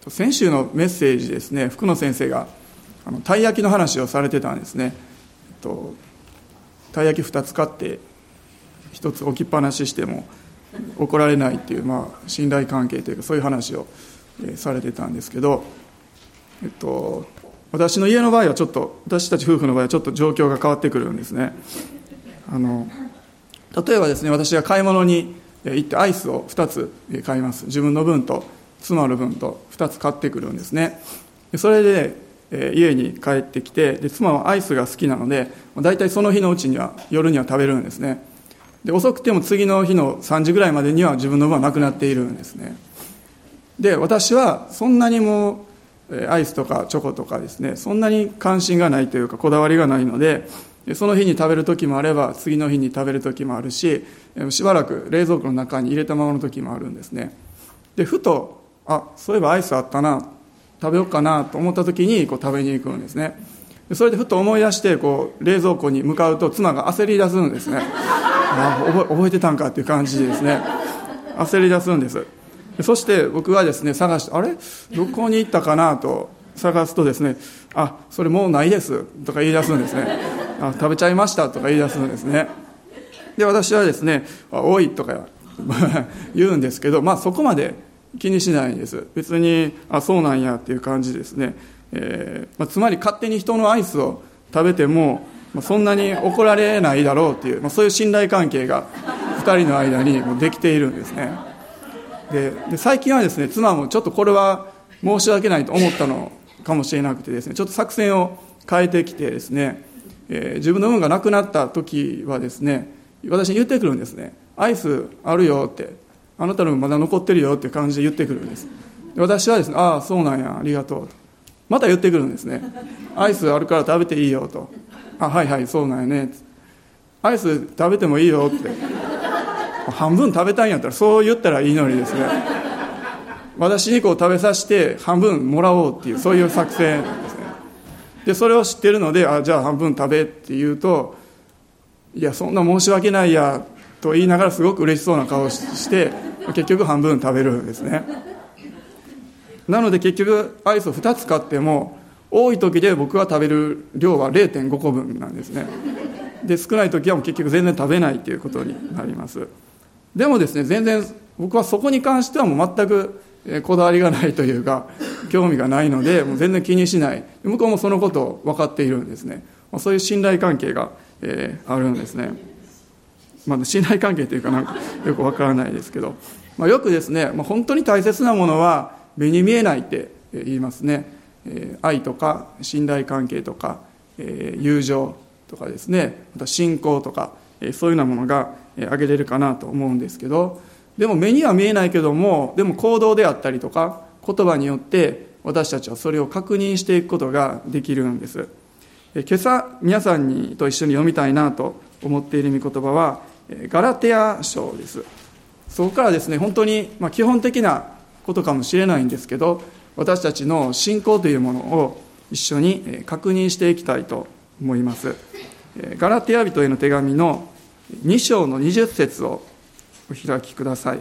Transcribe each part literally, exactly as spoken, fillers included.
先週のメッセージですね、福野先生があのたい焼きの話をされてたんですね。えっと、たい焼きふたつ買ってひとつ置きっぱなししても怒られないっていう、まあ、信頼関係というかそういう話を、えー、されてたんですけど、えっと、私の家の場合はちょっと私たち夫婦の場合はちょっと状況が変わってくるんですね。あの例えばですね、私が買い物に行ってアイスをふたつ買います。自分の分と妻の分とふたつ買ってくるんですね。それで、えー、家に帰ってきて、で妻はアイスが好きなのでだいたいその日のうちには夜には食べるんですね。で遅くても次の日のさんじぐらいまでには自分の分はなくなっているんですね。で私はそんなにもアイスとかチョコとかですね、そんなに関心がないというかこだわりがないので、その日に食べる時もあれば次の日に食べる時もあるし、しばらく冷蔵庫の中に入れたままの時もあるんですね。でふとあそういえばアイスあったな、食べようかなと思った時にこう食べに行くんですね。でそれでふと思い出してこう冷蔵庫に向かうと妻が焦り出すんですね。あ覚え、覚えてたんかっていう感じでですね、焦り出すんです。でそして僕はですね探して、あれどこに行ったかなと探すとですね、あそれもうないですとか言い出すんですね。あ食べちゃいましたとか言い出すんですね。で私はですねおいとか言うんですけど、まあそこまで気にしないんです。別にあそうなんやっていう感じですね。えーまあ、つまり勝手に人のアイスを食べても、まあ、そんなに怒られないだろうっていう、まあ、そういう信頼関係がふたりの間にもできているんですね。でで最近はですね妻もちょっとこれは申し訳ないと思ったのかもしれなくてですね、ちょっと作戦を変えてきてですね、えー、自分の分がなくなった時はですね私に言ってくるんですね。アイスあるよって、あなたの分まだ残ってるよっていう感じで言ってくるんです。で私はですね、ああそうなんやありがとうとまた言ってくるんですね。アイスあるから食べていいよと、あはいはいそうなんやね、アイス食べてもいいよって半分食べたいんやったらそう言ったらいいのにですね、私にこう食べさせて半分もらおうっていうそういう作戦なんですね。でそれを知ってるので、あじゃあ半分食べって言うと、いやそんな申し訳ないやと言いながらすごく嬉しそうな顔をして結局半分食べるんですね。なので結局アイスをふたつ買っても多い時で僕が食べる量は れいてんごこぶんなんですね。で少ない時はもう結局全然食べないということになります。でもですね全然僕はそこに関してはもう全くこだわりがないというか興味がないのでもう全然気にしない。向こうもそのことを分かっているんですね。そういう信頼関係が、えー、あるんですね。まあ、信頼関係というかなんかよく分からないですけど、まあ、よくですね、まあ、本当に大切なものは目に見えないって言いますね。えー、愛とか信頼関係とか、えー、友情とかですね、また信仰とか、えー、そういうようなものが、えー、挙げれるかなと思うんですけど、でも目には見えないけどもでも行動であったりとか言葉によって私たちはそれを確認していくことができるんです。えー、今朝皆さんにと一緒に読みたいなと思っている御言葉はガラテヤ書です。そこからですね本当に、まあ、基本的なことかもしれないんですけど、私たちの信仰というものを一緒に確認していきたいと思います。ガラテヤ人への手紙のに章のにじゅっ節をお開きください。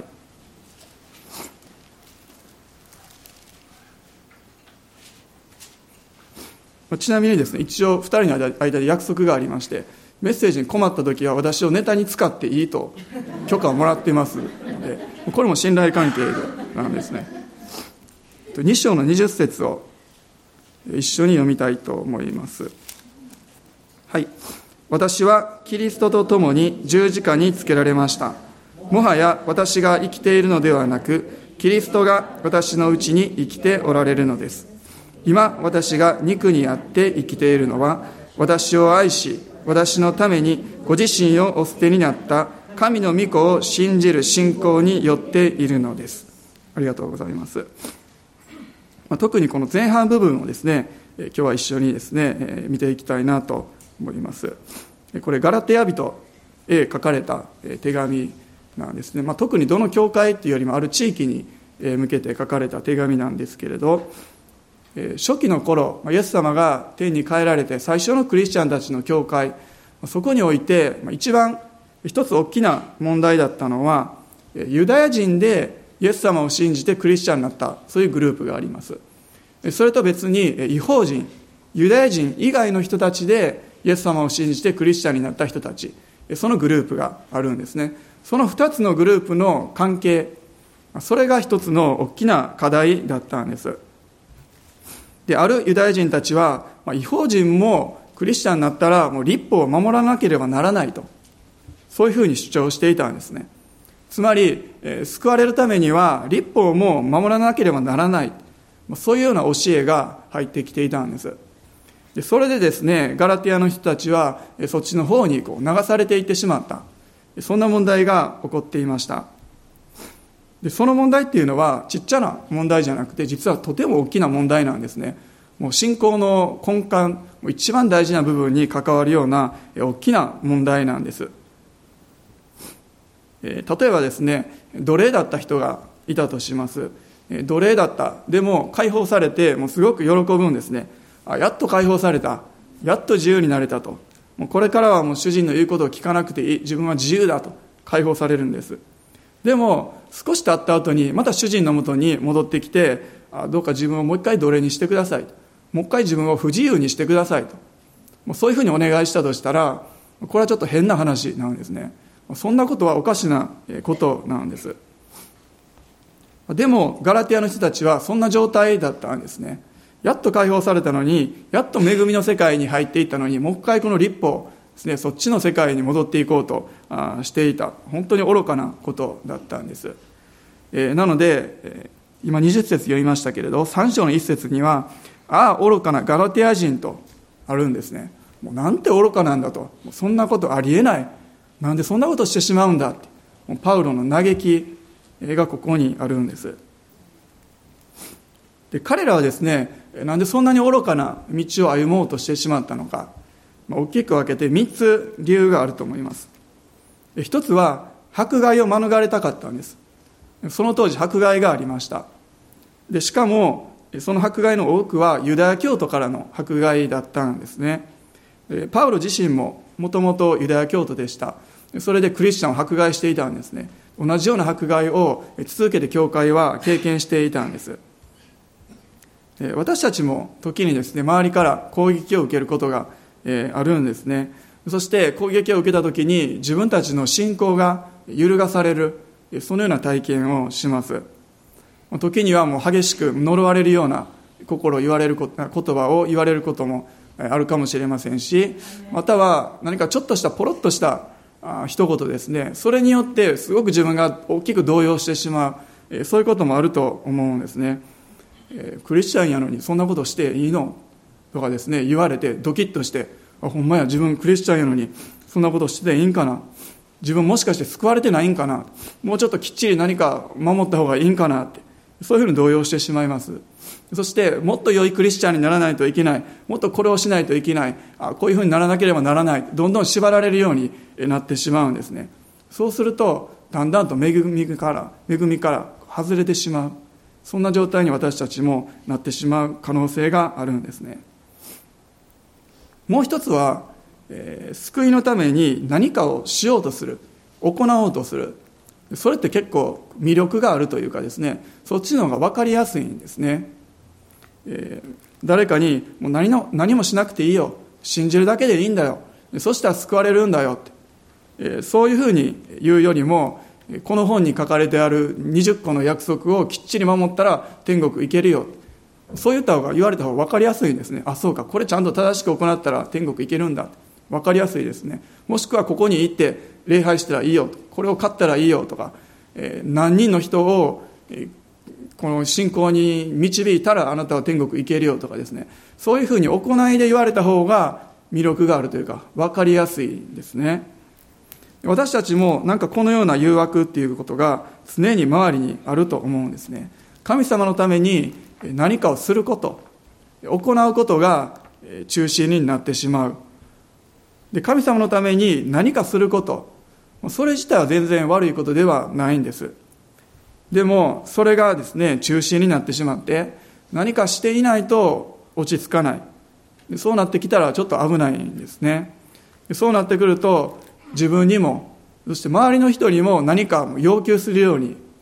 ちなみにですね一応ふたりの間で約束がありまして、メッセージに困った時は私をネタに使っていいと許可をもらっていますので、これも信頼関係なんですね。に章のにじゅっ節を一緒に読みたいと思います。はい。私はキリストと共に十字架につけられました。もはや私が生きているのではなく、キリストが私のうちに生きておられるのです。今私が肉にあって生きているのは、私を愛し私のためにご自身をお捨てになった神の御子を信じる信仰によっているのです。ありがとうございます。特にこの前半部分をですね今日は一緒にですね見ていきたいなと思います。これガラテヤ人へ書かれた手紙なんですね。まあ、特にどの教会というよりもある地域に向けて書かれた手紙なんですけれど、初期の頃イエス様が天に帰られて最初のクリスチャンたちの教会、そこにおいて一番一つ大きな問題だったのは、ユダヤ人でイイエス様を信じてクリスチャンになった、そういうグループがあります。それと別に異邦人、ユダヤ人以外の人たちでイエス様を信じてクリスチャンになった人たち、そのグループがあるんですね。その二つのグループの関係、それが一つの大きな課題だったんです。で、あるユダヤ人たちは、異邦人もクリスチャンになったらもう律法を守らなければならないと、そういうふうに主張していたんですね。つまり、えー、救われるためには律法も守らなければならない、そういうような教えが入ってきていたんです。で、それでですね、ガラティアの人たちはそっちの方にこう流されていってしまった、そんな問題が起こっていました。で、その問題っていうのはちっちゃな問題じゃなくて、実はとても大きな問題なんですね。もう信仰の根幹、一番大事な部分に関わるような大きな問題なんです。例えばですね、奴隷だった人がいたとします。奴隷だった。でも解放されて、もうすごく喜ぶんですね。あ、やっと解放された。やっと自由になれたと。もうこれからはもう主人の言うことを聞かなくていい。自分は自由だと解放されるんです。でも少し経った後にまた主人のもとに戻ってきて、あ、どうか自分をもう一回奴隷にしてくださいと。もう一回自分を不自由にしてくださいと。もうそういうふうにお願いしたとしたら、これはちょっと変な話なんですね。そんなことはおかしなことなんです。でもガラティアの人たちはそんな状態だったんですね。やっと解放されたのに、やっと恵みの世界に入っていったのに、もう一回この律法ですね、そっちの世界に戻っていこうとしていた、本当に愚かなことだったんです。えー、なので、えー、今にじゅっ節読みましたけれど、さん章のいっ節には、ああ愚かなガラティア人とあるんですね。もうなんて愚かなんだと、そんなことありえない、なんでそんなことしてしまうんだって、もうパウロの嘆きがここにあるんです。で、彼らはですね、なんでそんなに愚かな道を歩もうとしてしまったのか、まあ、大きく分けてみっつ理由があると思います。一つは迫害を免れたかったんです。その当時迫害がありました。で、しかもその迫害の多くはユダヤ教徒からの迫害だったんですね。パウロ自身ももともとユダヤ教徒でした。それでクリスチャンを迫害していたんですね。同じような迫害を続けて教会は経験していたんです。私たちも時にですね、周りから攻撃を受けることがあるんですね。そして攻撃を受けた時に自分たちの信仰が揺るがされる、そのような体験をします。時にはもう激しく呪われるような心を言われる言葉を言われることもあるかもしれませんし、または何かちょっとしたポロッとした一言ですね、それによってすごく自分が大きく動揺してしまう、そういうこともあると思うんですね。クリスチャンやのにそんなことしていいのとかですね、言われてドキッとして、あ、ほんまや、自分クリスチャンやのにそんなことしていいんかな、自分もしかして救われてないんかな、もうちょっときっちり何か守った方がいいんかなって、そういうふうに動揺してしまいます。そしてもっと良いクリスチャンにならないといけない、もっとこれをしないといけない、あ、こういうふうにならなければならない、どんどん縛られるようになってしまうんですね。そうするとだんだんと恵みから恵みから外れてしまう、そんな状態に私たちもなってしまう可能性があるんですね。もう一つは、えー、救いのために何かをしようとする、行おうとする、それって結構魅力があるというかですね、そっちの方が分かりやすいんですね。えー、誰かにもう 何の何もしなくていいよ、信じるだけでいいんだよ、そしたら救われるんだよって、えー、そういうふうに言うよりも、この本に書かれてあるにじゅっこの約束をきっちり守ったら天国行けるよ、そう言った方が言われた方が分かりやすいんですね。あ、そうか、これちゃんと正しく行ったら天国行けるんだ、分かりやすいですね。もしくはここに行って礼拝したらいいよ、これを買ったらいいよとか、えー、何人の人を、えー、この信仰に導いたらあなたは天国行けるよとかですね、そういうふうに行いで言われた方が魅力があるというか分かりやすいんですね。私たちもなんかこのような誘惑っていうことが常に周りにあると思うんですね。神様のために何かをすること、行うことが中心になってしまう。で、神様のために何かすること、それ自体は全然悪いことではないんです。でもそれがですね、中心になってしまって何かしていないと落ち着かない。そうなってきたらちょっと危ないんですね。そうなってくると自分にもそして周りの人にも何か要求するように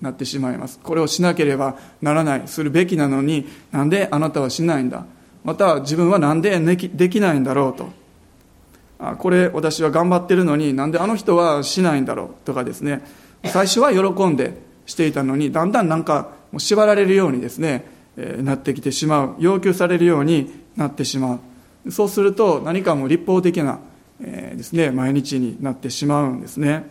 なってしまいます。これをしなければならない、するべきなのに、なんであなたはしないんだ、また自分はなんでできないんだろうと、あこれ私は頑張ってるのになんであの人はしないんだろうとかですね、最初は喜んでしていたのに、だんだんなんかもう縛られるようにですね、えー、なってきてしまう、要求されるようになってしまう。そうすると何かもう立法的な、えー、ですね、毎日になってしまうんですね。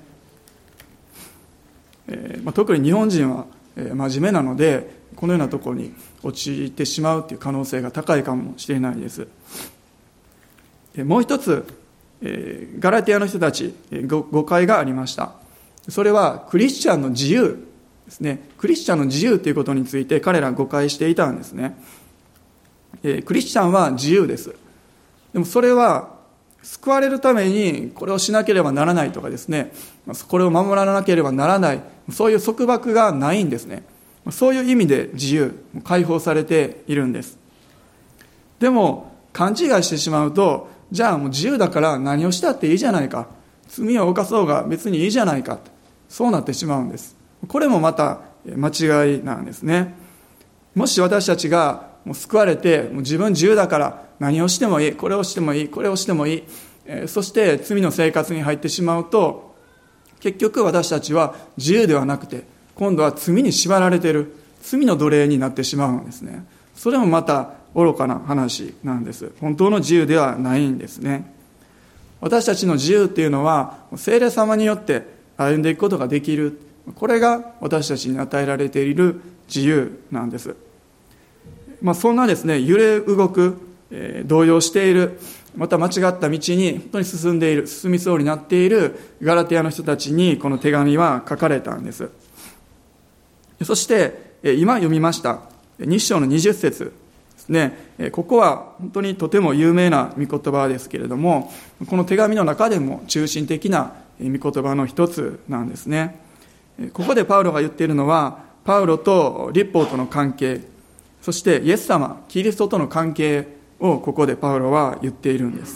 えーまあ、特に日本人は、えー、真面目なので、このようなところに陥ってしまうという可能性が高いかもしれないです。でもう一つ、えー、ガラティアの人たち、えー、誤解がありました。それはクリスチャンの自由ですね。クリスチャンの自由ということについて彼ら誤解していたんですね。えー、クリスチャンは自由です。でもそれは救われるためにこれをしなければならないとかですね、これを守らなければならない、そういう束縛がないんですね。そういう意味で自由、解放されているんです。でも勘違いしてしまうと、じゃあもう自由だから何をしたっていいじゃないか、罪を犯そうが別にいいじゃないか、そうなってしまうんです。これもまた間違いなんですね。もし私たちがもう救われて、もう自分自由だから何をしてもいい、これをしてもいい、これをしてもいい、えー、そして罪の生活に入ってしまうと、結局私たちは自由ではなくて、今度は罪に縛られている、罪の奴隷になってしまうんですね。それもまた愚かな話なんです。本当の自由ではないんですね。私たちの自由っていうのは聖霊様によって歩んでいくことができる、これが私たちに与えられている自由なんです。まあ、そんなですね、揺れ動く、えー、動揺している、また間違った道に本当に進んでいる、進みそうになっているガラティアの人たちにこの手紙は書かれたんです。そして今読みましたに章のにじゅっ節ですね、ここは本当にとても有名な御言葉ですけれども、この手紙の中でも中心的な御言葉の一つなんですね。ここでパウロが言っているのは、パウロと律法との関係、そしてイエス様、キリストとの関係をここでパウロは言っているんです。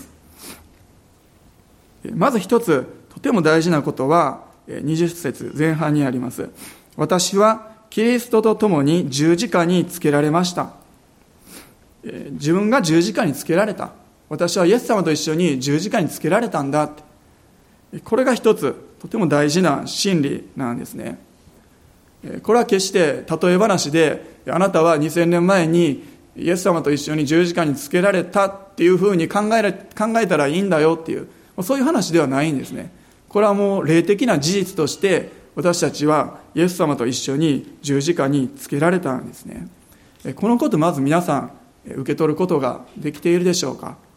まず一つとても大事なことはにじゅっ節前半にあります。私はキリストと共に十字架につけられました。自分が十字架につけられた、私はイエス様と一緒に十字架につけられたんだって、これが一つとても大事な真理なんですね。これは決して例え話で、あなたはにせんねんまえにイエス様と一緒に十字架につけられたっていうふうに考えら、考えたらいいんだよっていう、そういう話ではないんですね。これはもう霊的な事実として私たちはイエス様と一緒に十字架につけられたんですね。このことまず皆さん受け取ることができているでしょうか。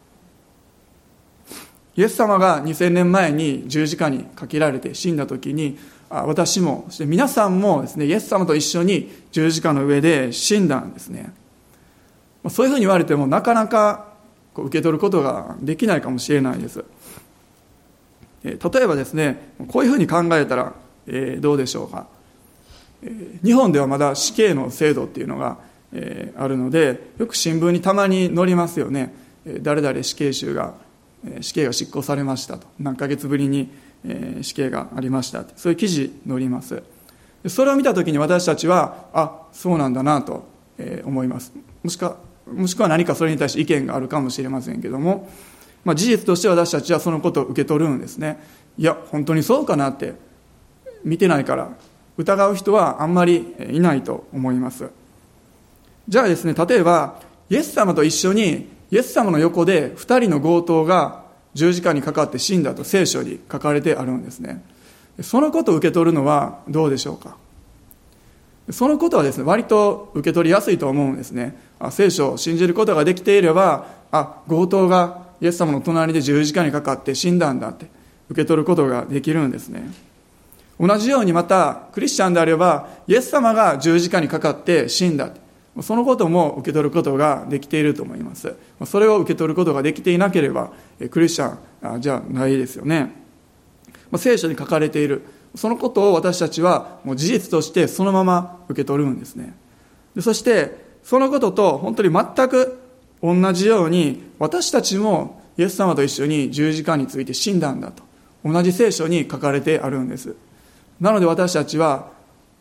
イエス様がにせんねんまえに十字架にかけられて死んだ時に、私もそして皆さんもですね、イエス様と一緒に十字架の上で死んだんですね。そういうふうに言われてもなかなかこう受け取ることができないかもしれないです。例えばですね、こういうふうに考えたら、えー、どうでしょうか。えー、日本ではまだ死刑の制度っていうのが、えー、あるので、よく新聞にたまに載りますよね。えー、誰々死刑囚が、えー、死刑が執行されましたと、何ヶ月ぶりに、えー、死刑がありましたと、そういう記事載ります。それを見たときに私たちは、あ、そうなんだなと、えー、思います。もしくは、もしくは何かそれに対して意見があるかもしれませんけども、まあ、事実として私たちはそのことを受け取るんですね。いや本当にそうかなって見てないから疑う人はあんまりいないと思います。じゃあですね、例えばイエス様と一緒にイエス様の横でふたりの強盗が十字架にかかって死んだと聖書に書かれてあるんですね。そのことを受け取るのはどうでしょうか。そのことはですね、割と受け取りやすいと思うんですね。あ、聖書を信じることができていれば、あ、強盗がイエス様の隣で十字架にかかって死んだんだって受け取ることができるんですね。同じようにまたクリスチャンであれば、イエス様が十字架にかかって死んだ、そのことも受け取ることができていると思います。それを受け取ることができていなければクリスチャンじゃないですよね。聖書に書かれているそのことを私たちはもう事実としてそのまま受け取るんですね。そしてそのことと本当に全く同じように、私たちもイエス様と一緒に十字架について死んだんだと同じ聖書に書かれてあるんです。なので私たちは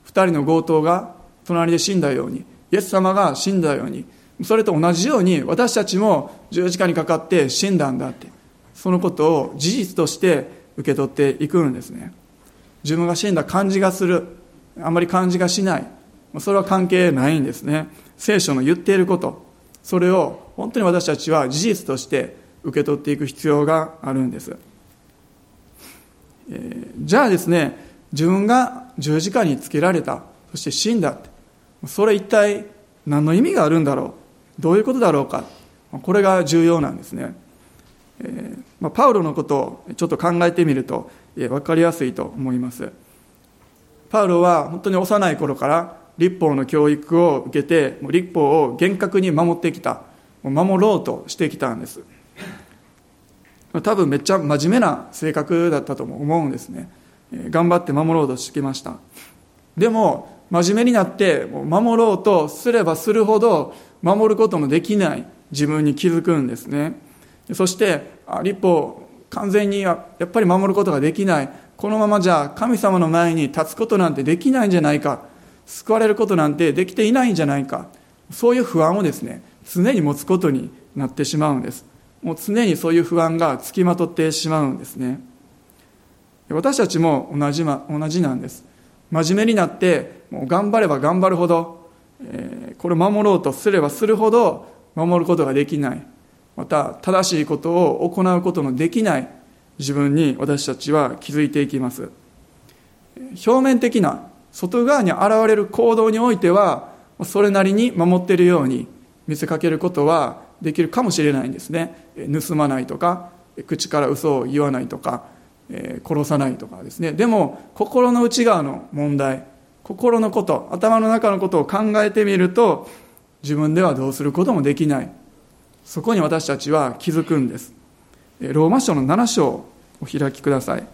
二人の強盗が隣で死んだように、イエス様が死んだように、それと同じように私たちも十字架にかかって死んだんだって、そのことを事実として受け取っていくんですね。自分が死んだ感じがする、あまり感じがしない、それは関係ないんですね。聖書の言っていること、それを本当に私たちは事実として受け取っていく必要があるんです。えー、じゃあですね、自分が十字架につけられた、そして死んだって、それ一体何の意味があるんだろう、どういうことだろうか、これが重要なんですね。えーまあ、パウロのことをちょっと考えてみると、えー、分かりやすいと思います。パウロは本当に幼い頃から律法の教育を受けて、もう律法を厳格に守ってきた、守ろうとしてきたんです。多分めっちゃ真面目な性格だったと思うんですね。頑張って守ろうとしてきました。でも真面目になって守ろうとすればするほど守ることのできない自分に気づくんですね。そして律法を完全にやっぱり守ることができない、このままじゃ神様の前に立つことなんてできないんじゃないか、救われることなんてできていないんじゃないか、そういう不安をですね、常に持つことになってしまうんです。もう常にそういう不安がつきまとってしまうんですね。私たちも同じ、ま、同じなんです。真面目になってもう頑張れば頑張るほど、えー、これを守ろうとすればするほど守ることができない、また正しいことを行うことのできない自分に私たちは気づいていきます。表面的な外側に現れる行動においてはそれなりに守っているように見せかけることはできるかもしれないんですね。盗まないとか、口から嘘を言わないとか、えー、殺さないとかですね。でも心の内側の問題、心のこと、頭の中のことを考えてみると、自分ではどうすることもできない、そこに私たちは気づくんです。ローマ書のなな章をお開きください。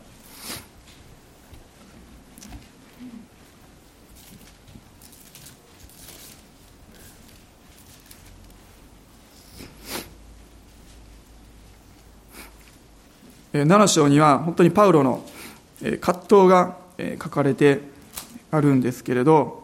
なな章には本当にパウロの葛藤が書かれてあるんですけれど、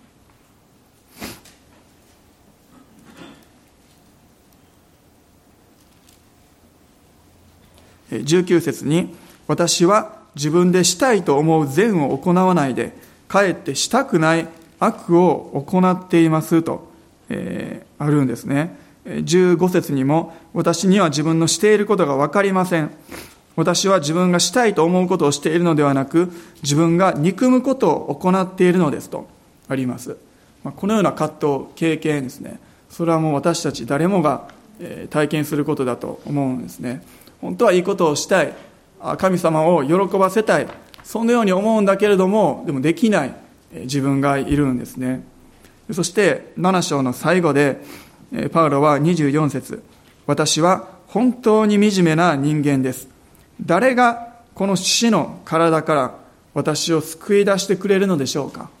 じゅうきゅう節に、私は自分でしたいと思う善を行わないで、かえってしたくない悪を行っていますと、えー、あるんですね。じゅうご節にも、私には自分のしていることが分かりません。私は自分がしたいと思うことをしているのではなく、自分が憎むことを行っているのですとあります。このような葛藤、経験ですね。それはもう私たち誰もが体験することだと思うんですね。本当はいいことをしたい、神様を喜ばせたい、そのように思うんだけれども、でもできない自分がいるんですね。そしてなな章の最後でパウロはにじゅうよん節、私は本当に惨めな人間です。誰がこの死の体から私を救い出してくれるのでしょうか。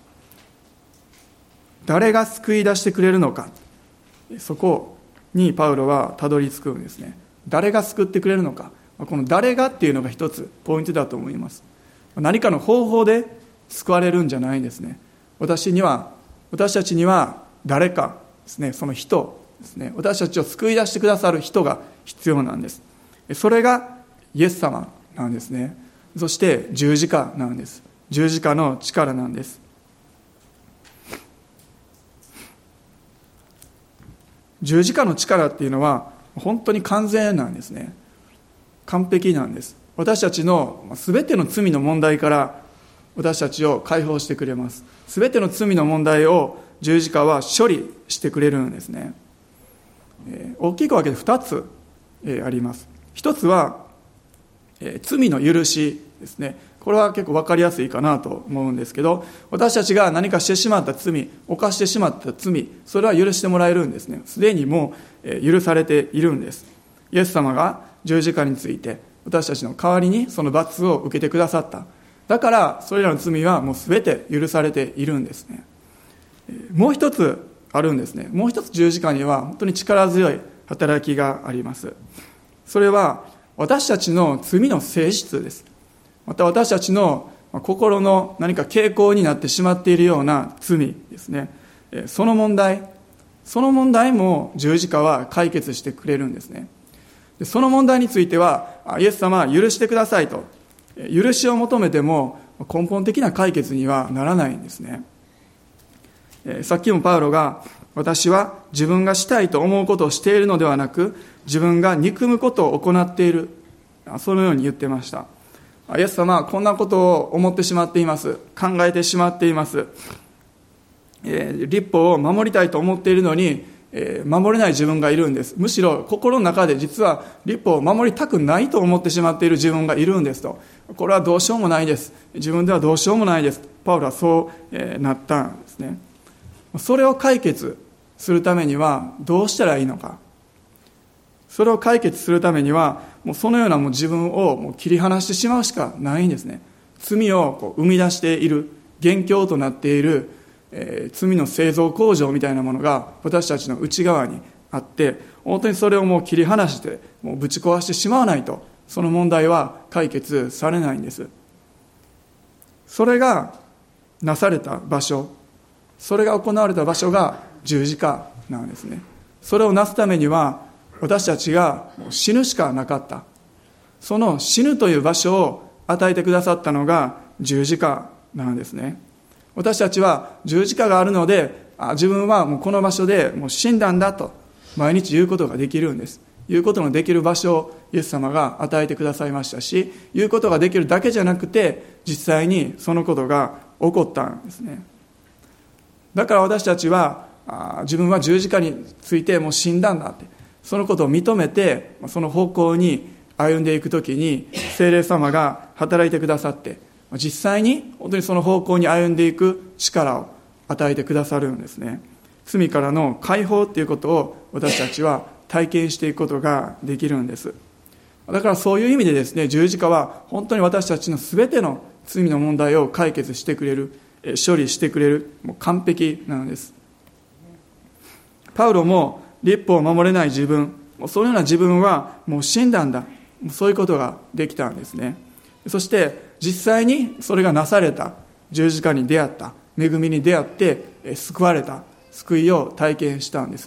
誰が救い出してくれるのか、そこにパウロはたどり着くんですね。誰が救ってくれるのか、この誰がっていうのが一つポイントだと思います。何かの方法で救われるんじゃないんですね。私には私たちには誰かですね、その人ですね、私たちを救い出してくださる人が必要なんです。それがイエス様なんですね。そして十字架なんです。十字架の力なんです。十字架の力っていうのは本当に完全なんですね。完璧なんです。私たちのすべての罪の問題から私たちを解放してくれます。すべての罪の問題を十字架は処理してくれるんですね。えー、大きく分けてふたつ、えー、あります。一つは罪の許しですね。これは結構分かりやすいかなと思うんですけど、私たちが何かしてしまった罪、犯してしまった罪、それは許してもらえるんですね。すでにもう許されているんです。イエス様が十字架について私たちの代わりにその罰を受けてくださった。だからそれらの罪はもうすべて許されているんですね。もう一つあるんですね。もう一つ十字架には本当に力強い働きがあります。それは私たちの罪の性質です。また私たちの心の何か傾向になってしまっているような罪ですね。その問題、その問題も十字架は解決してくれるんですね。その問題については、イエス様は許してくださいと、許しを求めても根本的な解決にはならないんですね。さっきもパウロが、私は自分がしたいと思うことをしているのではなく、自分が憎むことを行っている、そのように言ってました。イエス様はこんなことを思ってしまっています。考えてしまっています。えー、律法を守りたいと思っているのに、えー、守れない自分がいるんです。むしろ心の中で実は律法を守りたくないと思ってしまっている自分がいるんですと。これはどうしようもないです。自分ではどうしようもないです。パウロはそう、えー、なったんですね。それを解決するためにはどうしたらいいのか。それを解決するためにはもうそのようなもう自分をもう切り離してしまうしかないんですね。罪をこう生み出している元凶となっている、えー、罪の製造工場みたいなものが私たちの内側にあって、本当にそれをもう切り離してもうぶち壊してしまわないとその問題は解決されないんです。それがなされた場所、それが行われた場所が十字架なんですね。それをなすためには私たちが死ぬしかなかった。その死ぬという場所を与えてくださったのが十字架なんですね。私たちは十字架があるので、あ、自分はもうこの場所でもう死んだんだと毎日言うことができるんです。言うことのできる場所をイエス様が与えてくださいましたし、言うことができるだけじゃなくて実際にそのことが起こったんですね。だから私たちはあ自分は十字架についてもう死んだんだって、そのことを認めてその方向に歩んでいくときに聖霊様が働いてくださって、実際に本当にその方向に歩んでいく力を与えてくださるんですね。罪からの解放ということを私たちは体験していくことができるんです。だからそういう意味でですね、十字架は本当に私たちのすべての罪の問題を解決してくれる、処理してくれる、もう完璧なのです。パウロも律法を守れない自分、そのような自分はもう死んだんだ、そういうことができたんですね。そして実際にそれがなされた、十字架に出会った、恵みに出会って救われた、救いを体験したんです。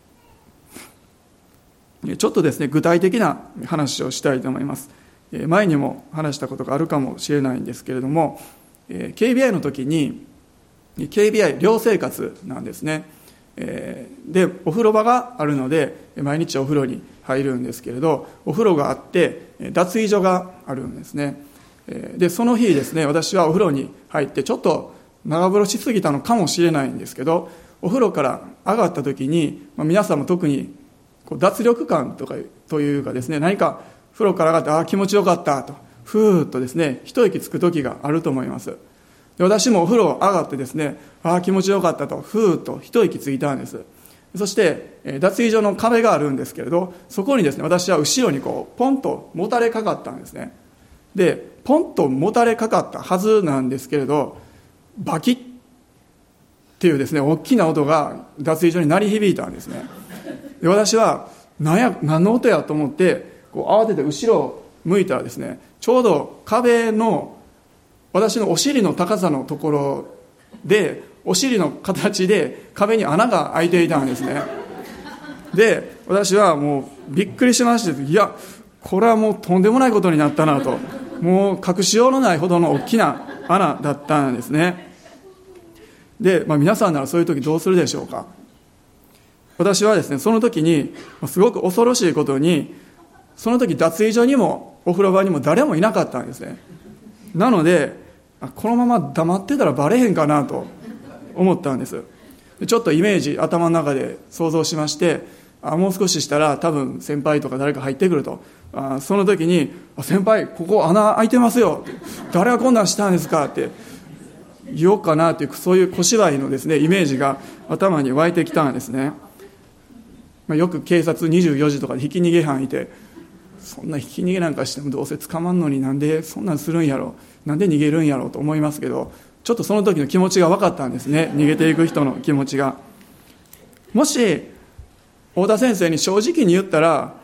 ちょっとですね、具体的な話をしたいと思います。前にも話したことがあるかもしれないんですけれども、ケービーアイ の時に ケービーアイ 寮生活なんですね。でお風呂場があるので毎日お風呂に入るんですけれど、お風呂があって脱衣所があるんですね。でその日ですね、私はお風呂に入ってちょっと長風呂しすぎたのかもしれないんですけど、お風呂から上がった時に、まあ、皆さんも特にこう脱力感とかというかですね、何か風呂から上がってああ気持ちよかったとふーっとですね一息つく時があると思います。で私もお風呂上がってですね、ああ気持ちよかったとふーっと一息ついたんです。そして脱衣所の壁があるんですけれど、そこにですね私は後ろにこうポンともたれかかったんですね。でポンともたれかかったはずなんですけれど、バキッっていうですね大きな音が脱衣所に鳴り響いたんですね。で私は何や何の音やと思ってこう慌てて後ろを向いたらですね、ちょうど壁の私のお尻の高さのところでお尻の形で壁に穴が開いていたんですね。で私はもうびっくりしまして、いやこれはもうとんでもないことになったなと、もう隠しようのないほどの大きな穴だったんですね。で、まあ、皆さんならそういう時どうするでしょうか。私はですねその時にすごく恐ろしいことに、その時脱衣所にもお風呂場にも誰もいなかったんですね。なのでこのまま黙ってたらバレへんかなと思ったんです。ちょっとイメージ頭の中で想像しまして、あもう少ししたら多分先輩とか誰か入ってくると、あその時に先輩ここ穴開いてますよって、誰がこんなんしたんですかって言おうかなという、そういう小芝居のですねイメージが頭に湧いてきたんですね。まあ、よく警察にじゅうよじとかでひき逃げ犯いて、そんなひき逃げなんかしてもどうせ捕まんのになんでそんなんするんやろ、なんで逃げるんやろうと思いますけど、ちょっとその時の気持ちが分かったんですね。逃げていく人の気持ちが。もし太田先生に正直に言ったら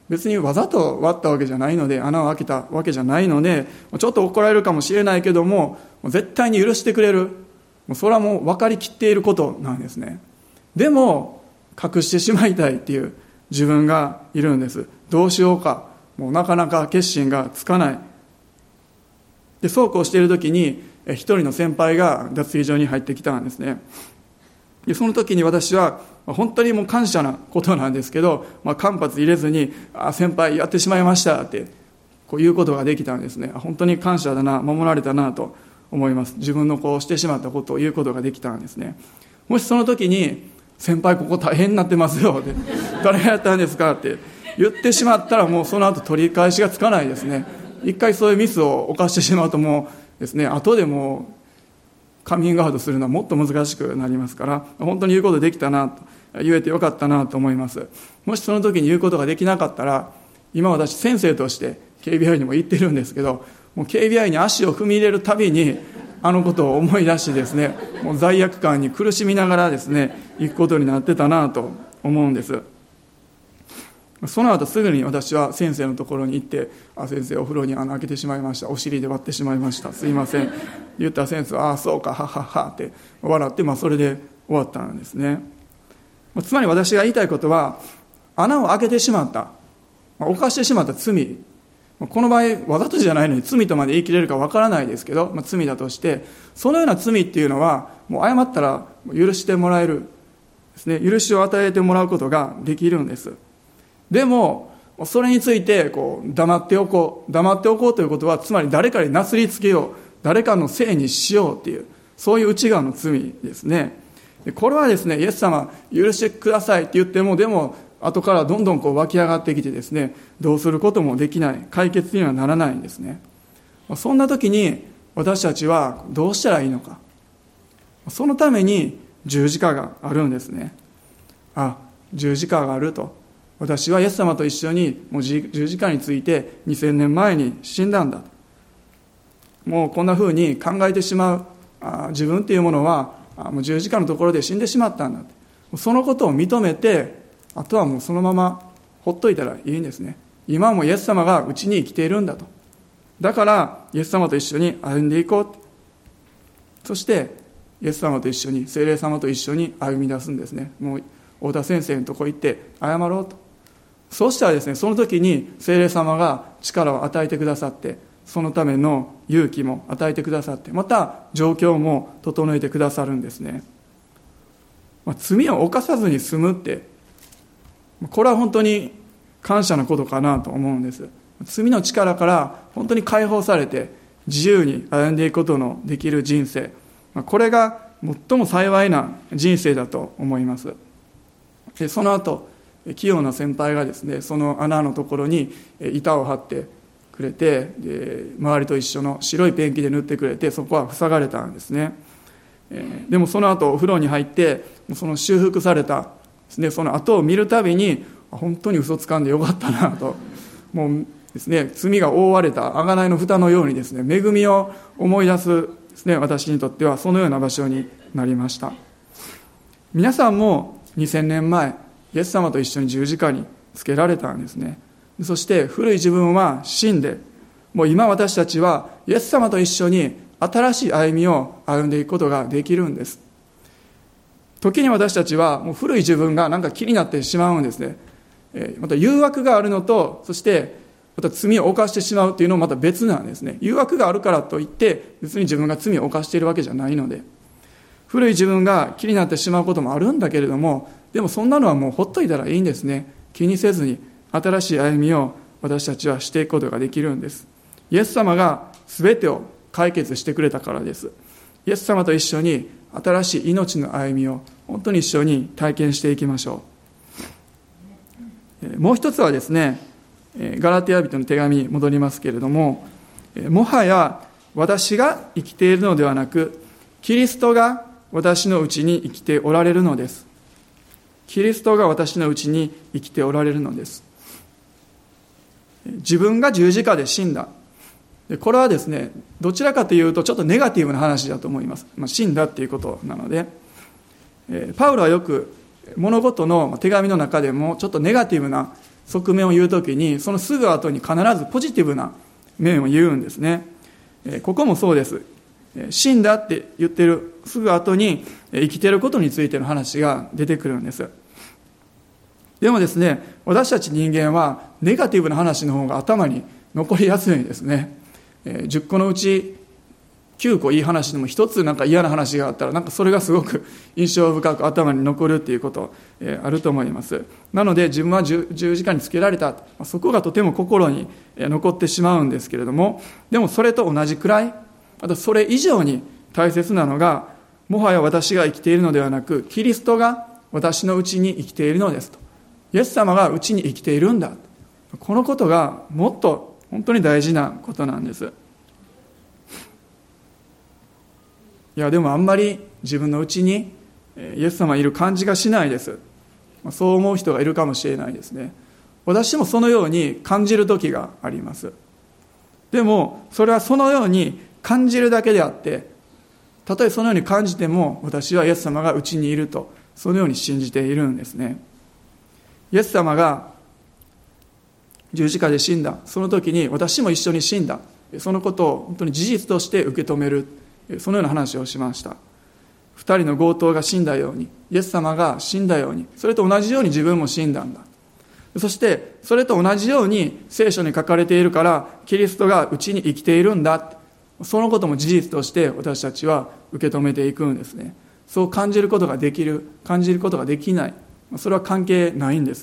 別にわざと割ったわけじゃないので、穴を開けたわけじゃないので、ちょっと怒られるかもしれないけども、絶対に許してくれる。もうそれはもう分かりきっていることなんですね。でも隠してしまいたいっていう自分がいるんです。どうしようか、もうなかなか決心がつかない。で、そうこうしている時に一人の先輩が脱衣所に入ってきたんですね。でその時に私は本当にもう感謝なことなんですけど、まあ、間髪入れずにあ先輩やってしまいましたってこういうことができたんですね。本当に感謝だな、守られたなと思います。自分のこうしてしまったことを言うことができたんですね。もしその時に先輩ここ大変になってますよって誰がやったんですかって言ってしまったら、もうその後取り返しがつかないですね。一回そういうミスを犯してしまうともうですね、後でもうカミングアウトするのはもっと難しくなりますから、本当に言うことできたなと、言えてよかったなと思います。もしその時に言うことができなかったら、今私先生としてケービーアイにも言ってるんですけど、もう ケービーアイ に足を踏み入れるたびにあのことを思い出してですね、もう罪悪感に苦しみながらですね行くことになってたなと思うんです。その後すぐに私は先生のところに行って、あ先生お風呂に穴開けてしまいました、お尻で割ってしまいました、すいません言ったら先生はああそうかはははって笑って、まあ、それで終わったんですね。つまり私が言いたいことは、穴を開けてしまった、犯してしまった罪、この場合わざとじゃないのに罪とまで言い切れるかわからないですけど、まあ、罪だとして、そのような罪っていうのはもう謝ったら許してもらえるですね、許しを与えてもらうことができるんです。でもそれについてこう黙っておこう黙っておこうということは、つまり誰かになすりつけよう、誰かのせいにしようっていう、そういう内側の罪ですね。これはですね、イエス様許してくださいって言っても、でも後からどんどんこう湧き上がってきてですね、どうすることもできない、解決にはならないんですね。そんな時に私たちはどうしたらいいのか。そのために十字架があるんですね。あ、十字架があると、私はイエス様と一緒にもう十字架についてにせんねんまえに死んだんだ、もうこんな風に考えてしまうあ自分っていうものはあもう十字架のところで死んでしまったんだ、そのことを認めて、あとはもうそのままほっといたらいいんですね。今はもうイエス様がうちに生きているんだと、だからイエス様と一緒に歩んでいこう、そしてイエス様と一緒に、聖霊様と一緒に歩み出すんですね。もう太田先生のとこ行って謝ろうと。そうしたらですね、その時に聖霊様が力を与えてくださって、そのための勇気も与えてくださって、また状況も整えてくださるんですね。まあ、罪を犯さずに済むって、これは本当に感謝なことかなと思うんです。罪の力から本当に解放されて自由に歩んでいくことのできる人生、これが最も幸いな人生だと思います。でその後器用な先輩がですね、その穴のところに板を張ってくれて、で周りと一緒の白いペンキで塗ってくれて、そこは塞がれたんですね。でもその後お風呂に入ってその修復されたですね、その後を見るたびに本当に嘘つかんでよかったなと、もうですね、罪が覆われた贖いの蓋のようにですね、恵みを思い出すですね、私にとってはそのような場所になりました。皆さんもにせんねんまえイエス様と一緒に十字架につけられたんですね。そして古い自分は死んで、もう今私たちはイエス様と一緒に新しい歩みを歩んでいくことができるんです。時に私たちはもう古い自分がなんか気になってしまうんですね。また誘惑があるのと、そしてまた罪を犯してしまうというのもまた別なんですね。誘惑があるからといって別に自分が罪を犯しているわけじゃないので、古い自分が気になってしまうこともあるんだけれども、でもそんなのはもうほっといたらいいんですね。気にせずに新しい歩みを私たちはしていくことができるんです。イエス様が全てを解決してくれたからです。イエス様と一緒に新しい命の歩みを本当に一緒に体験していきましょう。もう一つはですね、ガラテヤ人の手紙に戻りますけれども、もはや私が生きているのではなく、キリストが私のうちに生きておられるのです。キリストが私のうちに生きておられるのです。自分が十字架で死んだ。これはですね、どちらかというとちょっとネガティブな話だと思います。まあ、死んだっていうことなので、パウロはよく物事の手紙の中でもちょっとネガティブな側面を言うときに、そのすぐ後に必ずポジティブな面を言うんですね。ここもそうです。死んだって言ってるすぐ後に生きていることについての話が出てくるんです。でもですね、私たち人間はネガティブな話の方が頭に残りやすいんですね。じゅっこのうちきゅうこいい話でもひとつなんか嫌な話があったら、なんかそれがすごく印象深く頭に残るっていうこと、えー、あると思います。なので自分は十字架につけられた、そこがとても心に残ってしまうんですけれども、でもそれと同じくらい、またそれ以上に大切なのが、もはや私が生きているのではなく、キリストが私のうちに生きているのですと。イエス様がうちに生きているんだ。このことがもっと本当に大事なことなんです。いやでもあんまり自分のうちにイエス様いる感じがしないです。そう思う人がいるかもしれないですね。私もそのように感じる時があります。でもそれはそのように感じるだけであって、たとえそのように感じても私はイエス様がうちにいると、そのように信じているんですね。イエス様が十字架で死んだ、その時に私も一緒に死んだ、そのことを本当に事実として受け止める、そのような話をしました。二人の強盗が死んだように、イエス様が死んだように、それと同じように自分も死んだんだ。そしてそれと同じように聖書に書かれているからキリストがうちに生きているんだ、そのことも事実として私たちは受け止めていくんですね。そう感じることができる、感じることができない、それは関係ないんです。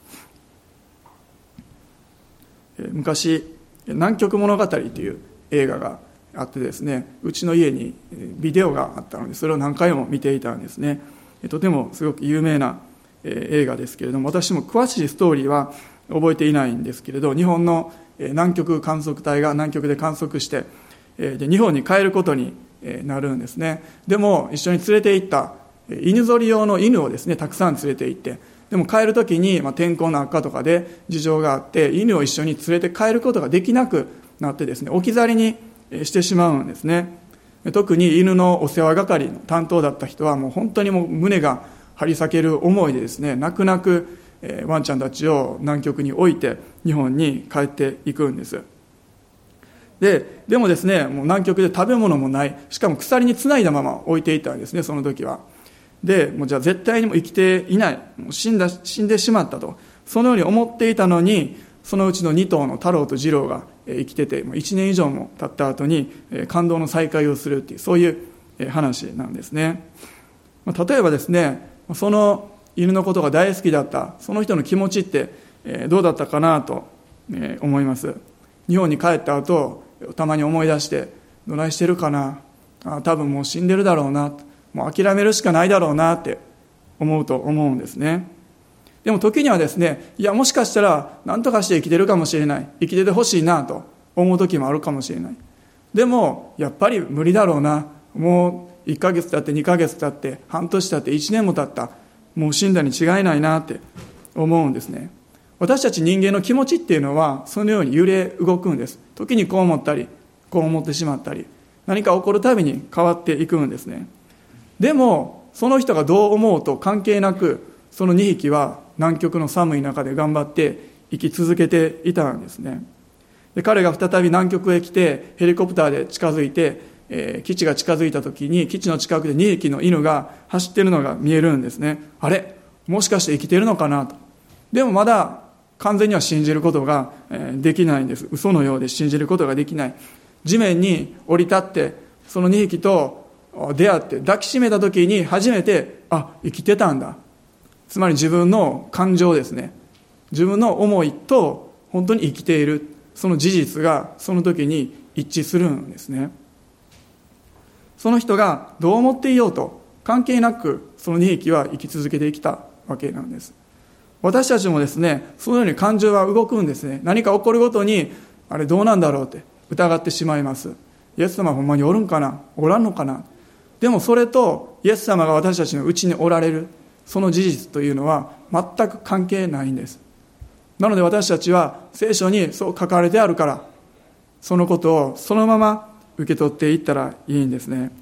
昔南極物語という映画があってですね、うちの家にビデオがあったのでそれを何回も見ていたんですね。とてもすごく有名な映画ですけれども、私も詳しいストーリーは覚えていないんですけれど、日本の南極観測隊が南極で観測してで日本に帰ることになるんですね。でも一緒に連れて行った犬ぞり用の犬をですねたくさん連れて行って、でも帰るときに、まあ、天候の悪化とかで事情があって犬を一緒に連れて帰ることができなくなってですね、置き去りにしてしまうんですね。特に犬のお世話係の担当だった人はもう本当にもう胸が張り裂ける思いでですね、泣く泣くワンちゃんたちを南極に置いて日本に帰っていくんです。で, でもですね、もう南極で食べ物もない、しかも鎖につないだまま置いていたんですね、その時は。でもうじゃあ絶対にも生きていない、もう死んだ死んでしまったと、そのように思っていたのに、そのうちのに頭の太郎と次郎が生きてていちねん以上も経った後に感動の再会をするっていう、そういう話なんですね。例えばですね、その犬のことが大好きだったその人の気持ちってどうだったかなと思います。日本に帰った後たまに思い出して、どないしてるかな、あ多分もう死んでるだろうな、もう諦めるしかないだろうなって思うと思うんですね。でも時にはですね、いやもしかしたら何とかして生きてるかもしれない、生きててほしいなと思う時もあるかもしれない。でもやっぱり無理だろうな、もういっかげつ経ってにかげつ経って半年経っていちねんも経った、もう死んだに違いないなって思うんですね。私たち人間の気持ちっていうのはそのように揺れ動くんです。時にこう思ったりこう思ってしまったり、何か起こるたびに変わっていくんですね。でもその人がどう思うと関係なく、そのにひきは南極の寒い中で頑張って生き続けていたんですね。で彼が再び南極へ来てヘリコプターで近づいて、えー、基地が近づいた時に基地の近くでにひきの犬が走っているのが見えるんですね。あれもしかして生きているのかなと。でもまだ完全には信じることができないんです。嘘のようで信じることができない。地面に降り立ってそのにひきと出会って抱きしめた時に初めて、あ、生きてたんだ。つまり自分の感情ですね、自分の思いと本当に生きている、その事実がその時に一致するんですね。その人がどう思っていようと関係なくそのにひきは生き続けてきたわけなんです。私たちもですね、そのように感情は動くんですね。何か起こるごとにあれどうなんだろうって疑ってしまいます。イエス様はほんまにおるんかな、おらんのかな。でもそれとイエス様が私たちのうちにおられるその事実というのは全く関係ないんです。なので私たちは聖書にそう書かれてあるから、そのことをそのまま受け取っていったらいいんですね。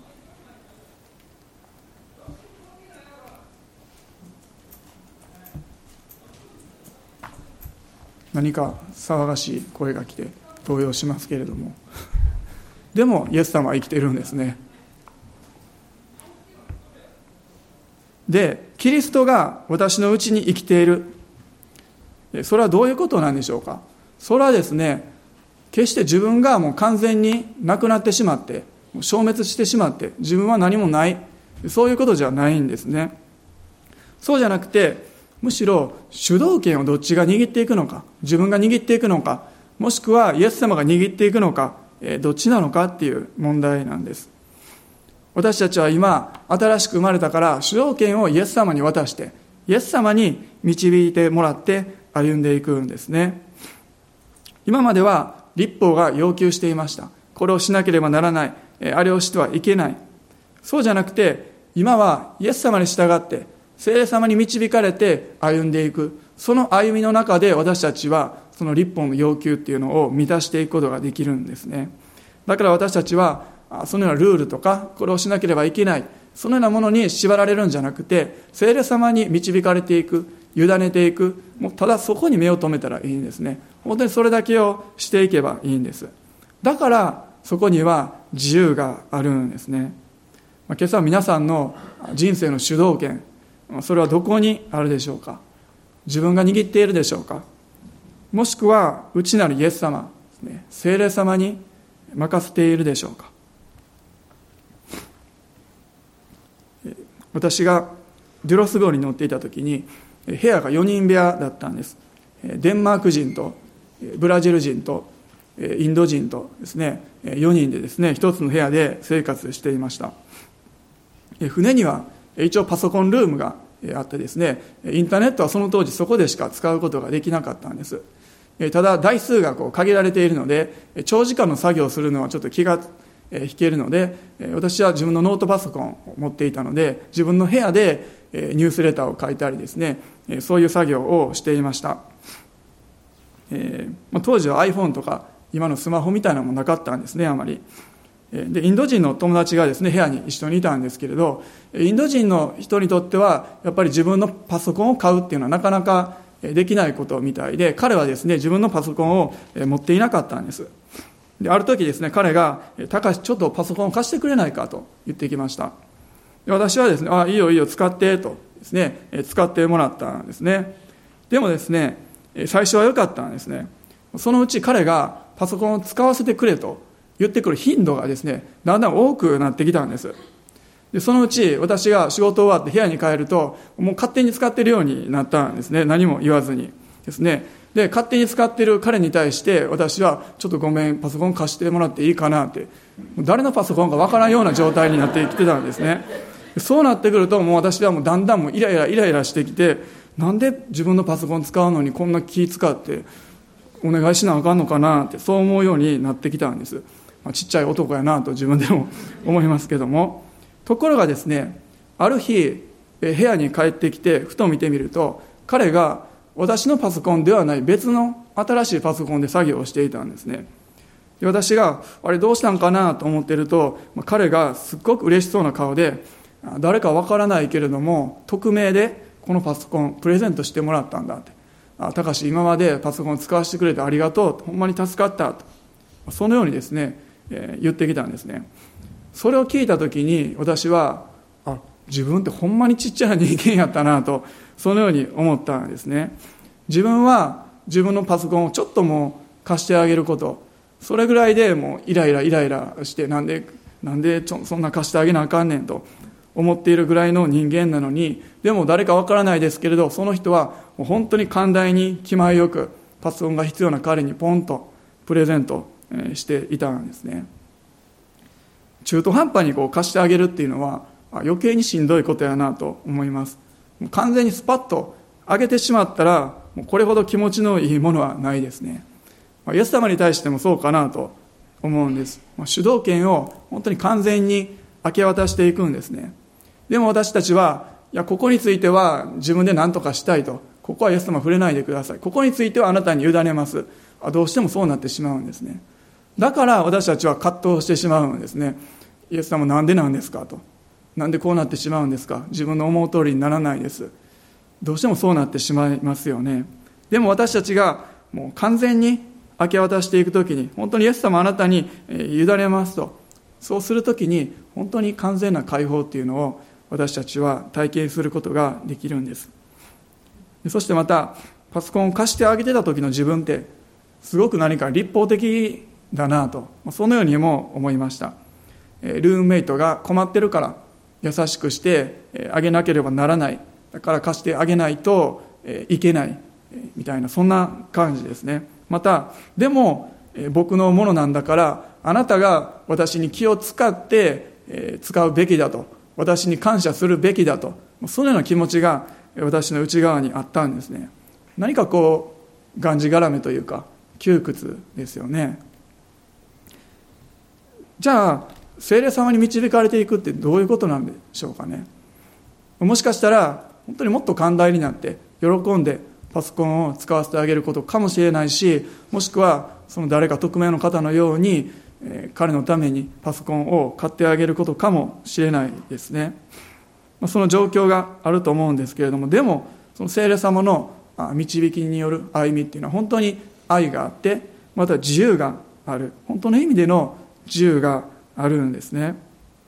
何か騒がしい声が来て動揺しますけれども、でもイエス様は生きているんですね。で、キリストが私のうちに生きている、それはどういうことなんでしょうか。それはですね、決して自分がもう完全になくなってしまって消滅してしまって自分は何もない、そういうことじゃないんですね。そうじゃなくて、むしろ主導権をどっちが握っていくのか、自分が握っていくのか、もしくはイエス様が握っていくのか、どっちなのかっていう問題なんです。私たちは今新しく生まれたから主導権をイエス様に渡してイエス様に導いてもらって歩んでいくんですね。今までは律法が要求していました。これをしなければならない、あれをしてはいけない。そうじゃなくて、今はイエス様に従って聖霊様に導かれて歩んでいく、その歩みの中で私たちはその律法の要求っていうのを満たしていくことができるんですね。だから私たちはそのようなルールとかこれをしなければいけない、そのようなものに縛られるんじゃなくて、聖霊様に導かれていく、委ねていく、もうただそこに目を留めたらいいんですね。本当にそれだけをしていけばいいんです。だからそこには自由があるんですね。今朝皆さんの人生の主導権、それはどこにあるでしょうか。自分が握っているでしょうか。もしくは内なるイエス様ですね、聖霊様に任せているでしょうか。私がデュロス号に乗っていた時に部屋がよにん部屋だったんです。デンマーク人とブラジル人とインド人とですね、よにんでですね一つの部屋で生活していました。船には一応パソコンルームがあってですね、インターネットはその当時そこでしか使うことができなかったんです。ただ台数がこう限られているので長時間の作業をするのはちょっと気が引けるので、私は自分のノートパソコンを持っていたので自分の部屋でニュースレターを書いたりですね、そういう作業をしていました。えー、当時は iPhone とか今のスマホみたいなのもなかったんですね、あまり。でインド人の友達がですね部屋に一緒にいたんですけれど、インド人の人にとってはやっぱり自分のパソコンを買うっていうのはなかなかできないことみたいで、彼はですね自分のパソコンを持っていなかったんです。である時ですね、彼がたかしちょっとパソコンを貸してくれないかと言ってきました。で私はですね、あいいよいいよ使ってとですね使ってもらったんですね。でもですね最初は良かったんですね。そのうち彼がパソコンを使わせてくれと言ってくる頻度がですねだんだん多くなってきたんです。でそのうち私が仕事終わって部屋に帰るともう勝手に使っているようになったんですね。何も言わずにですね。で勝手に使っている彼に対して私はちょっとごめんパソコン貸してもらっていいかなって、誰のパソコンかわからんような状態になってきてたんですね。そうなってくるともう私はもうだんだんもうイライライライラしてきて、なんで自分のパソコン使うのにこんな気使ってお願いしなあかんのかなって、そう思うようになってきたんです。まあ、ちっちゃい男やなと自分でも思いますけども、ところがですねある日部屋に帰ってきてふと見てみると、彼が私のパソコンではない別の新しいパソコンで作業をしていたんですね。で私があれどうしたんかなと思っていると、彼がすっごく嬉しそうな顔で、誰かわからないけれども匿名でこのパソコンプレゼントしてもらったんだって、あたかし今までパソコンを使わせてくれてありがとう、ほんまに助かったと、そのようにですね、えー、言ってきたんですね。それを聞いた時に私はあ自分ってほんまにちっちゃな人間やったなと、そのように思ったんですね。自分は自分のパソコンをちょっともう貸してあげること、それぐらいでもうイライライライラしてなんでなんでちょそんな貸してあげなあかんねんと思っているぐらいの人間なのに、でも誰かわからないですけれど、その人はもう本当に寛大に気前よくパソコンが必要な彼にポンとプレゼントしていたんですね。中途半端にこう貸してあげるっていうのは余計にしんどいことやなと思います。もう完全にスパッとあげてしまったらもうこれほど気持ちのいいものはないですね。イエス様に対してもそうかなと思うんです。主導権を本当に完全に明け渡していくんですね。でも私たちはいやここについては自分で何とかしたいと、ここはイエス様触れないでください、ここについてはあなたに委ねます、あどうしてもそうなってしまうんですね。だから私たちは葛藤してしまうんですね。イエス様なんでなんですかと、なんでこうなってしまうんですか、自分の思う通りにならないです、どうしてもそうなってしまいますよね。でも私たちがもう完全に明け渡していくときに、本当にイエス様あなたに委ねますと、そうするときに本当に完全な解放っていうのを私たちは体験することができるんです。そしてまたパソコンを貸してあげてた時の自分ってすごく何か立法的だなと、そのようにも思いました。ルームメイトが困ってるから優しくしてあげなければならない、だから貸してあげないといけないみたいな、そんな感じですね。またでも僕のものなんだからあなたが私に気を使って使うべきだと、私に感謝するべきだと、そのような気持ちが私の内側にあったんですね。何かこうがんじがらめというか窮屈ですよね。じゃあ聖霊様に導かれていくってどういうことなんでしょうかね。もしかしたら本当にもっと寛大になって喜んでパソコンを使わせてあげることかもしれないし、もしくはその誰か匿名の方のように、えー、彼のためにパソコンを買ってあげることかもしれないですね。まあ、その状況があると思うんですけれども、でもその聖霊様の導きによる歩みっていうのは本当に愛があって、また自由がある、本当の意味での自由があるんですね。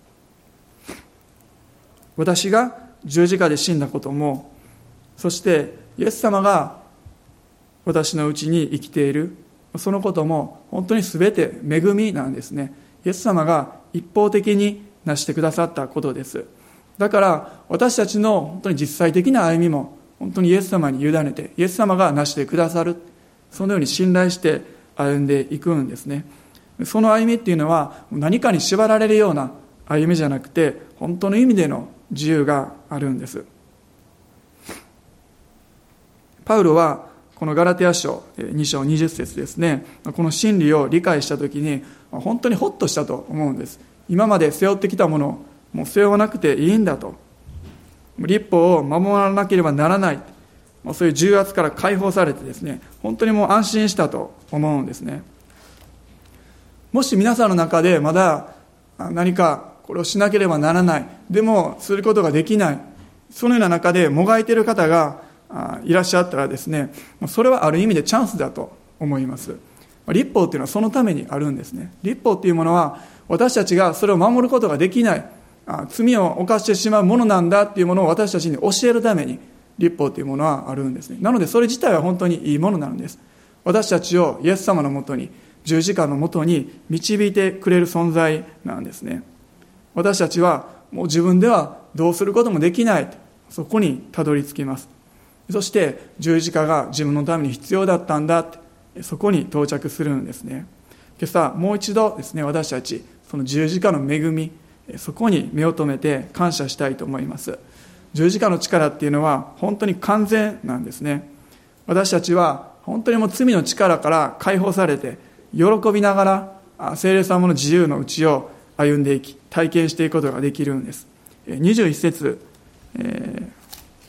私が十字架で死んだことも、そしてイエス様が私のうちに生きているそのことも本当に全て恵みなんですね。イエス様が一方的に成してくださったことです。だから私たちの本当に実際的な歩みも本当にイエス様に委ねて、イエス様が成してくださる、そのように信頼して歩んでいくんですね。その歩みっていうのは何かに縛られるような歩みじゃなくて、本当の意味での自由があるんです。パウロはこのガラテヤ書に章にじゅっ節ですね、この真理を理解したときに本当にホッとしたと思うんです。今まで背負ってきたものをもう背負わなくていいんだと、律法を守らなければならない、そういう重圧から解放されてですね、本当にもう安心したと思うんですね。もし皆さんの中でまだ何かこれをしなければならない、でもすることができない、そのような中でもがいている方がいらっしゃったらですね、それはある意味でチャンスだと思います。律法っていうのはそのためにあるんですね。律法っていうものは私たちがそれを守ることができない、罪を犯してしまうものなんだっていうものを私たちに教えるために律法っていうものはあるんですね。なのでそれ自体は本当にいいものなんです。私たちをイエス様のもとに、十字架のもとに導いてくれる存在なんですね。私たちはもう自分ではどうすることもできない、そこにたどり着きます。そして十字架が自分のために必要だったんだって、そこに到着するんですね。今朝もう一度ですね、私たちその十字架の恵み、そこに目を留めて感謝したいと思います。十字架の力っていうのは本当に完全なんですね。私たちは本当にもう罪の力から解放されて、喜びながら聖霊様の自由のうちを歩んでいき、体験していくことができるんです。にじゅういち節、えー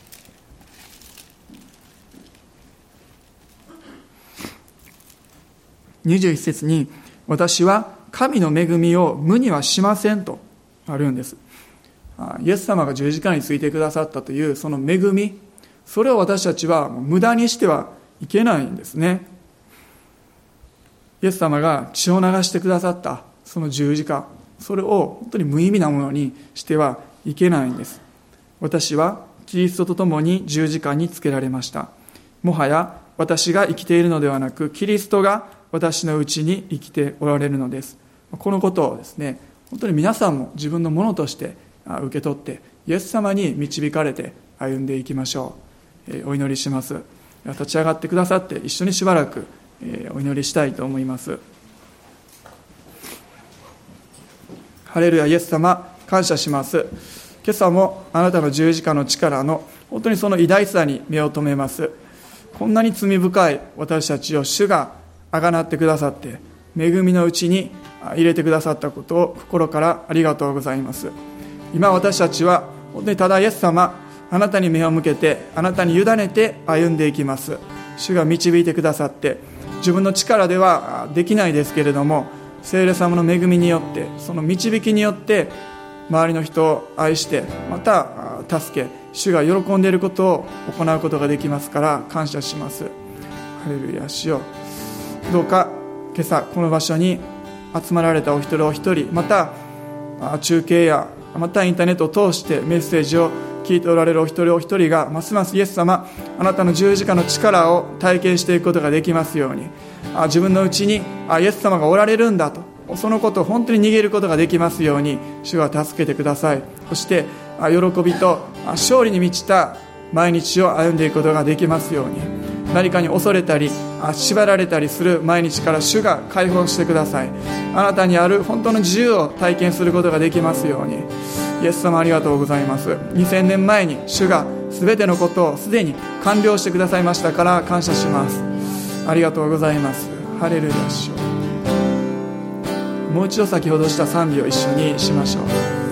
にじゅういち節に、私は神の恵みを無にはしませんとあるんです。イエス様が十字架についてくださったというその恵み、それを私たちは無駄にしてはいけないんですね。イエス様が血を流してくださったその十字架、それを本当に無意味なものにしてはいけないんです。私はキリストと共に十字架につけられました。もはや私が生きているのではなく、キリストが私のうちに生きておられるのです。このことをですね、本当に皆さんも自分のものとして受け取って、イエス様に導かれて歩んでいきましょう。お祈りします。立ち上がってくださって一緒にしばらくお祈りしたいと思います。ハレルヤ、イエス様感謝します。今朝もあなたの十字架の力の本当にその偉大さに目を留めます。こんなに罪深い私たちを主があがなってくださって、恵みのうちに入れてくださったことを心からありがとうございます。今私たちは本当にただイエス様、あなたに目を向けて、あなたに委ねて歩んでいきます。主が導いてくださって、自分の力ではできないですけれども、聖霊様の恵みによって、その導きによって周りの人を愛して、また助け、主が喜んでいることを行うことができますから感謝します。 ハレルヤ。主よ、どうか今朝この場所に集まられたお一人お一人、また中継やまたインターネットを通してメッセージを聞いておられるお一人お一人が、ますますイエス様、あなたの十字架の力を体験していくことができますように、自分のうちにイエス様がおられるんだと、そのことを本当に逃げることができますように、主は助けてください。そして喜びと勝利に満ちた毎日を歩んでいくことができますように、何かに恐れたり縛られたりする毎日から主が解放してください。あなたにある本当の自由を体験することができますように。イエス様、ありがとうございます。にせんねんまえに主が全てのことをすでに完了してくださいましたから感謝します。ありがとうございます。ハレルヤ。主よ、もう一度先ほどした賛美を一緒にしましょう。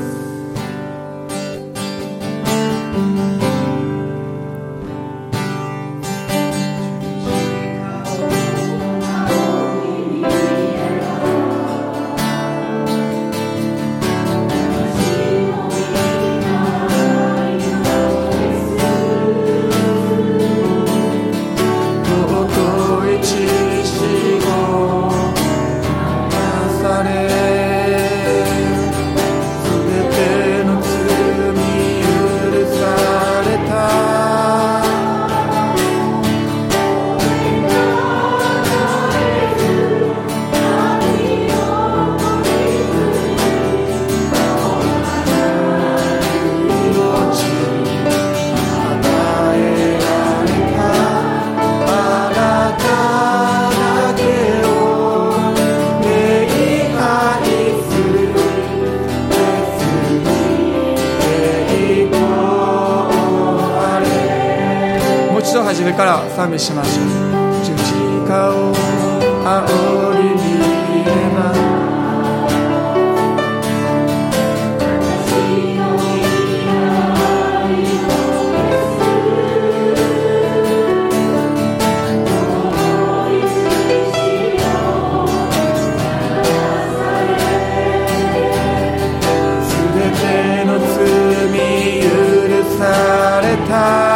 初めから賛美しましょう。十字架を仰ぎ見れば、すべての罪許された。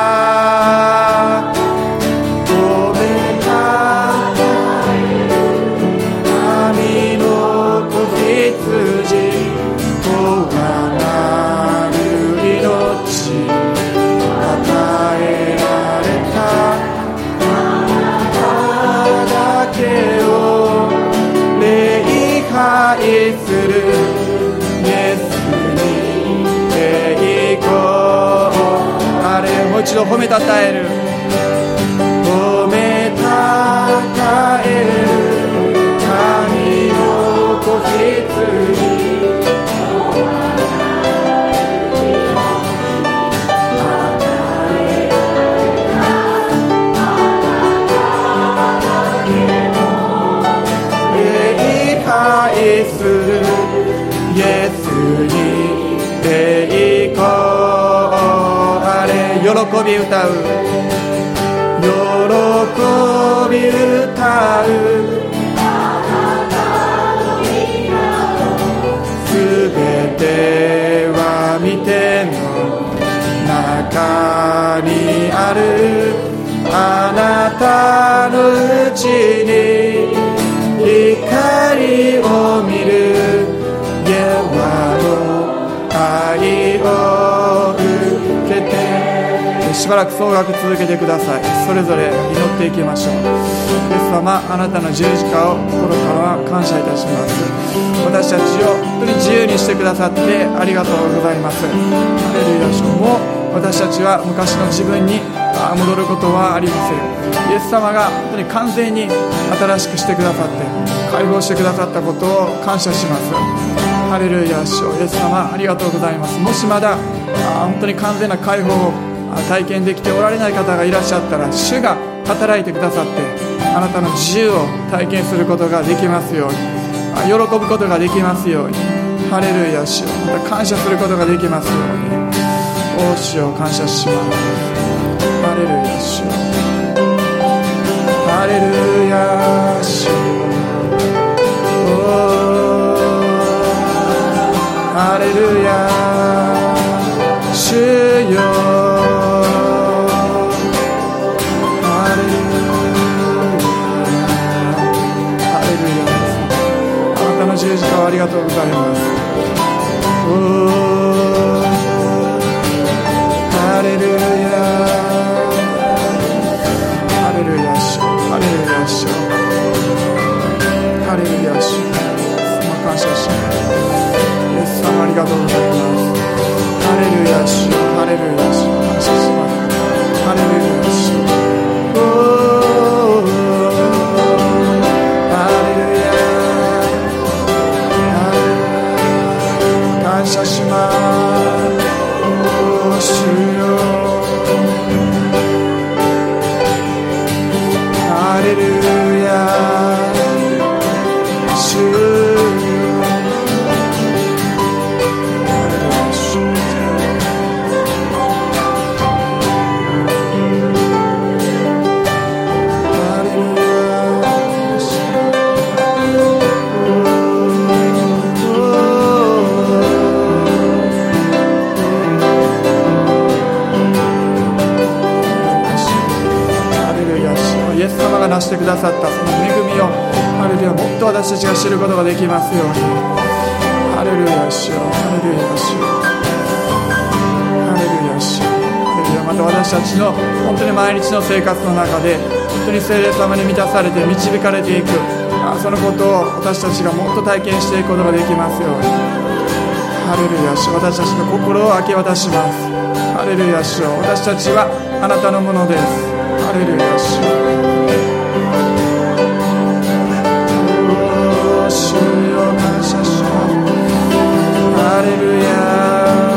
もう一度褒めたたえる、褒めたたえる神の子羊、礼拝するイエスに礼こ喜び歌う、喜び歌う、すべては御手の中にある、あなたのうちに光を見る、耶和の愛を受けて。しばらく総額続けてください。それぞれ祈っていきましょう。イエス様、あなたの十字架を心から感謝いたします。私たちを本当に自由にしてくださってありがとうございます。ハレルヤ。主も私たちは昔の自分に戻ることはありません。イエス様が本当に完全に新しくしてくださって解放してくださったことを感謝します。ハレルヤ。主、イエス様、ありがとうございます。もしまだ本当に完全な解放を体験できておられない方がいらっしゃったら、主が働いてくださってあなたの自由を体験することができますように、喜ぶことができますように。ハレルヤ。主、また感謝することができますように。お主を感謝します。ハレルヤ。主、ハレルヤ。主、ハレルヤ。主よ、ハレルヤ。 十字架をありがとうございます。ハレルヤハレルヤ主ハレルヤ主ハレルヤ主、感謝します。イエス様ありがとうございます。ハレルヤ主ハレルヤ主、感謝します。ハレルヤ主、ハレルヤ感謝します。主よハレルヤがなしてくださったその恵みをハレルヤもっと私たちが知ることができますように。ハレルヤ主よハレルヤ主ハレルヤ主ハレルヤ、また私たちの本当に毎日の生活の中で本当に聖霊様に満たされて導かれていく、そのことを私たちがもっと体験していくことができますように。ハレルヤ主、私たちの心を明け渡します。ハレルヤ主よ、私たちはあなたのものです。ハレルヤ主、主よ感謝します。ハレルヤ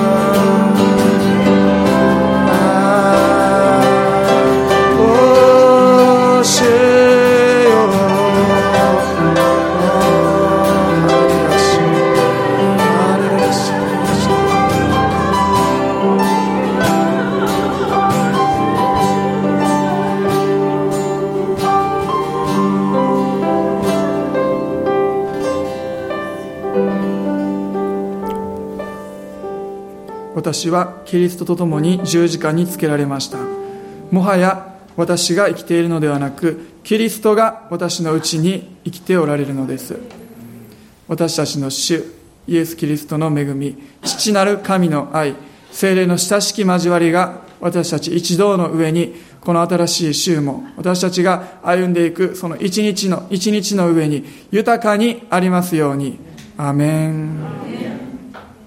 私はキリストと共に十字架につけられました。もはや私が生きているのではなく、キリストが私のうちに生きておられるのです。私たちの主イエス・キリストの恵み、父なる神の愛、聖霊の親しき交わりが私たち一同の上に、この新しい週も私たちが歩んでいくその一日の一日の上に豊かにありますように。アメン。